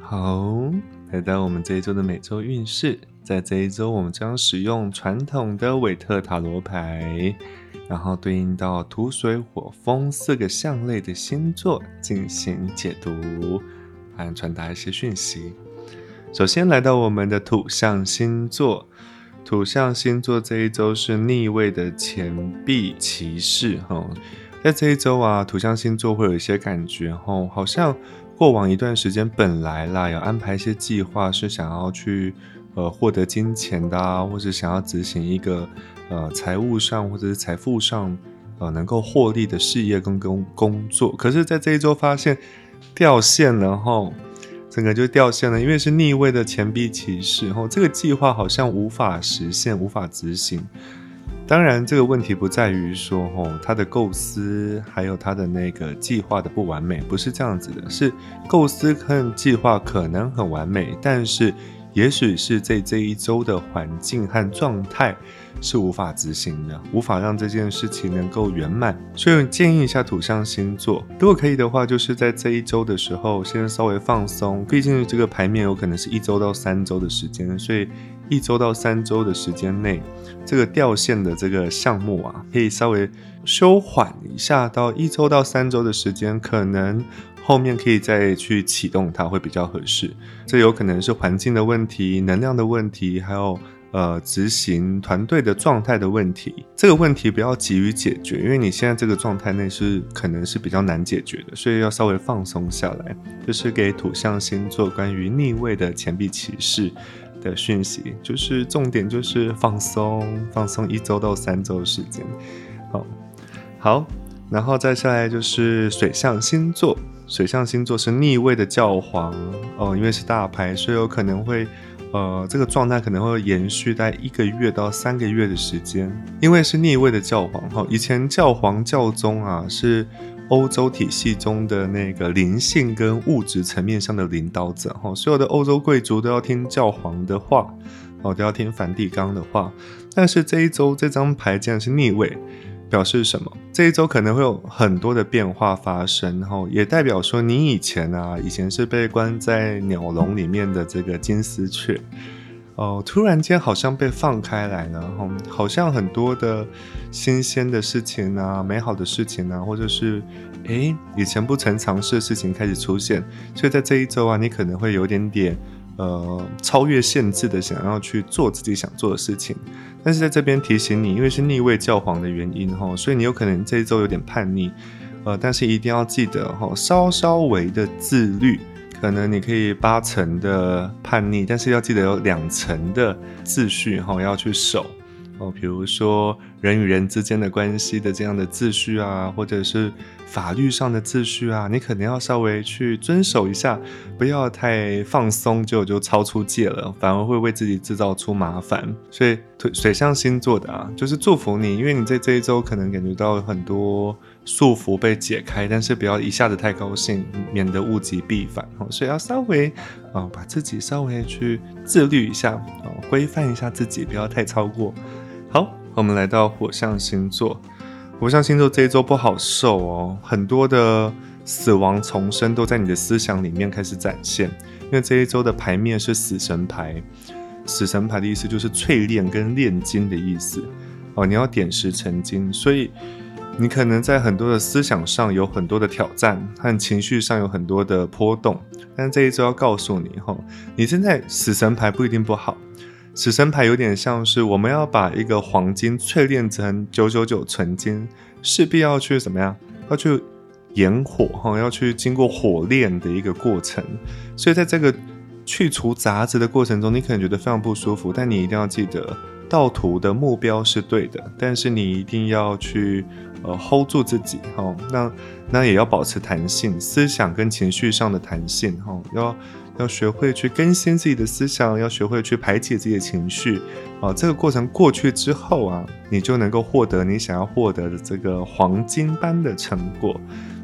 好，来到我们这一周的每周运势。在这一周，我们将使用传统的韦特塔罗牌，然后对应到土、水、火、风4个象类的星座进行解读，和传达一些讯息。首先来到我们的土象星座，土象星座这一周是逆位的钱币骑士。在这一周啊，土象星座会有一些感觉，好像过往一段时间本来啦有安排一些计划，是想要去获得金钱的啊，或是想要执行一个财务上或者是财富上能够获利的事业跟工作，可是在这一周发现掉线了，整个就掉线了，因为是逆位的钱币骑士，这个计划好像无法实现，无法执行。当然这个问题不在于说他的构思还有他的那个计划的不完美，不是这样子的，是构思和计划可能很完美，但是也许是在这一周的环境和状态是无法执行的，无法让这件事情能够圆满。所以建议一下土象星座，如果可以的话，就是在这一周的时候先稍微放松，毕竟这个牌面有可能是1周到3周的时间，所以1周到3周的时间内，这个掉线的这个项目啊，可以稍微休缓一下，到1周到3周的时间，可能后面可以再去启动它会比较合适。这有可能是环境的问题、能量的问题，还有执行团队的状态的问题。这个问题不要急于解决，因为你现在这个状态内是可能是比较难解决的，所以要稍微放松下来。就是给土象星座关于逆位的钱币骑士的讯息，就是重点就是放松1周到3周的时间。好，然后再下来就是水象星座。水象星座是逆位的教皇因为是大牌，所以有可能会这个状态可能会延续在1个月到3个月的时间。因为是逆位的教皇，以前教皇教宗啊是欧洲体系中的那个灵性跟物质层面上的领导者，所有的欧洲贵族都要听教皇的话，都要听梵蒂冈的话。但是这一周这张牌竟然是逆位，表示什么？这一周可能会有很多的变化发生，也代表说你以前是被关在鸟笼里面的这个金丝雀突然间好像被放开来了，好像很多的新鲜的事情啊，美好的事情啊，或者是以前不曾尝试的事情开始出现。所以在这一周啊，你可能会有点超越限制的想要去做自己想做的事情。但是在这边提醒你，因为是逆位教皇的原因，所以你有可能这一周有点叛逆，但是一定要记得稍微的自律。可能你可以8成的叛逆，但是要记得有2成的秩序要去守比如说人与人之间的关系的这样的秩序啊，或者是法律上的秩序啊，你可能要稍微去遵守一下，不要太放松就超出界了，反而会为自己制造出麻烦。所以水象星座的就是祝福你，因为你在这一周可能感觉到很多束缚被解开，但是不要一下子太高兴，免得物极必反所以要稍微把自己稍微去自律一下规范一下自己，不要太超过。好，我们来到火象星座。火象星座这一周不好受很多的死亡重生都在你的思想里面开始展现。因为这一周的牌面是死神牌，死神牌的意思就是淬炼跟炼金的意思你要点石成金，所以你可能在很多的思想上有很多的挑战，和情绪上有很多的波动。但这一周要告诉你你现在死神牌不一定不好，死神牌有点像是我们要把一个黄金淬炼成999纯金，势必要去怎么样？要去炎火要去经过火炼的一个过程。所以在这个去除杂质的过程中，你可能觉得非常不舒服，但你一定要记得道途的目标是对的，但是你一定要去hold 住自己那也要保持弹性，思想跟情绪上的弹性要学会去更新自己的思想，要学会去排解自己的情绪这个过程过去之后你就能够获得你想要获得的这个黄金般的成果。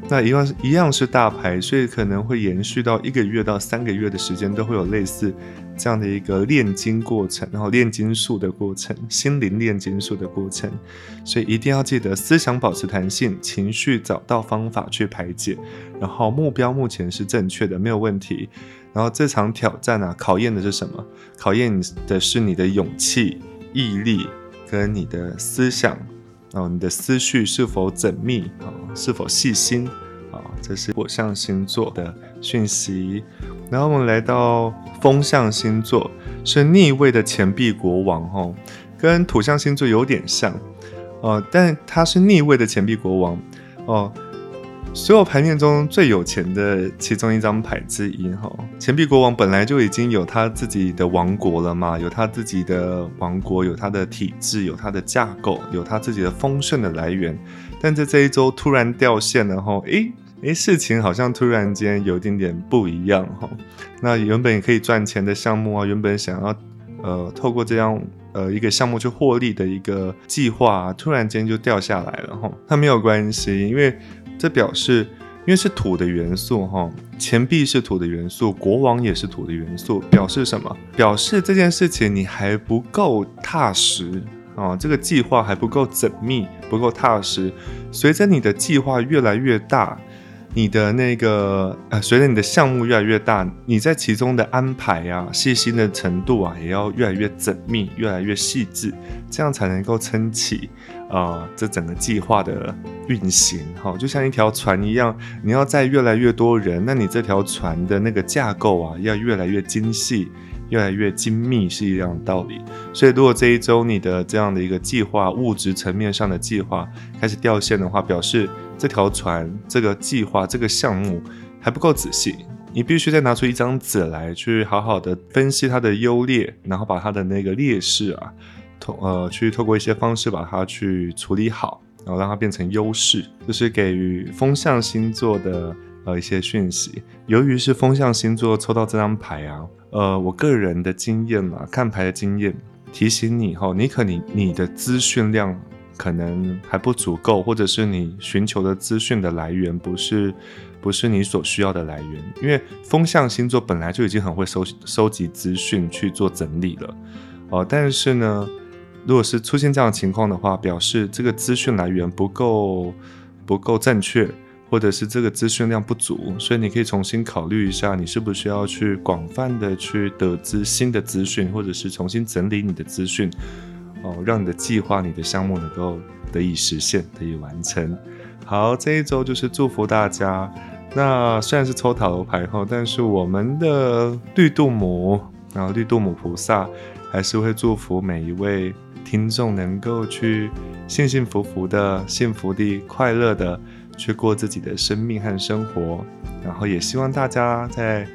那一样是大牌，所以可能会延续到1个月到3个月的时间，都会有类似这样的一个炼金过程，然后炼金术的过程，心灵炼金术的过程。所以一定要记得思想保持弹性，情绪找到方法去排解，然后目标目前是正确的，没有问题。然后这场挑战啊，考验的是什么？考验的是你的勇气、毅力跟你的思想。你的思绪是否缜密，是否细心，这是火象星座的讯息。然后我们来到风象星座，是逆位的钱币国王，跟土象星座有点像，但它是逆位的钱币国王，所有牌面中最有钱的其中一张牌之一，钱币国王本来就已经有他自己的王国了嘛，有他自己的王国，有他的体制，有他的架构，有他自己的丰盛的来源。但在这一周突然掉线了，事情好像突然间有一点点不一样。那原本可以赚钱的项目啊，原本想要透过这样一个项目去获利的一个计划突然间就掉下来了。那没有关系，因为这表示，因为是土的元素，钱币是土的元素，国王也是土的元素，表示什么？表示这件事情你还不够踏实，这个计划还不够缜密，不够踏实。随着你的计划越来越大，你的随着你的项目越来越大，你在其中的安排啊、细心的程度啊，也要越来越缜密、越来越细致，这样才能够撑起这整个计划的运行。就像一条船一样，你要载越来越多人，那你这条船的那个架构啊，要越来越精细、越来越精密，是一样的道理。所以如果这一周你的这样的一个计划，物质层面上的计划开始掉线的话，表示这条船、这个计划、这个项目还不够仔细，你必须再拿出一张纸来，去好好的分析它的优劣，然后把它的那个劣势啊，去透过一些方式把它去处理好，然后让它变成优势。就是给予风象星座的一些讯息。由于是风象星座抽到这张牌啊，我个人的经验啊，看牌的经验提醒你你的资讯量可能还不足够，或者是你寻求的资讯的来源不是你所需要的来源。因为风象星座本来就已经很会收集资讯去做整理了，但是呢，如果是出现这样的情况的话，表示这个资讯来源不够正确，或者是这个资讯量不足，所以你可以重新考虑一下，你是不是要去广泛的去得知新的资讯，或者是重新整理你的资讯，让你的计划、你的项目能够得以实现、得以完成。好，这一周就是祝福大家。那虽然是抽塔罗牌后，但是我们的绿度母，然后绿度母菩萨还是会祝福每一位听众能够去幸幸福福的、幸福的、快乐的去过自己的生命和生活。然后也希望大家在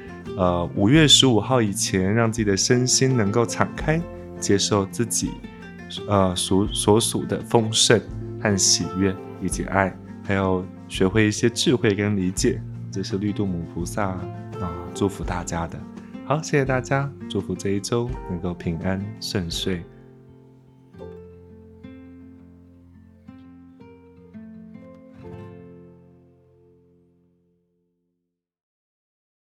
5月15号以前，让自己的身心能够敞开，接受自己所属的丰盛和喜悦以及爱，还有学会一些智慧跟理解。这是绿度母菩萨祝福大家的。好，谢谢大家，祝福这一周能够平安顺遂。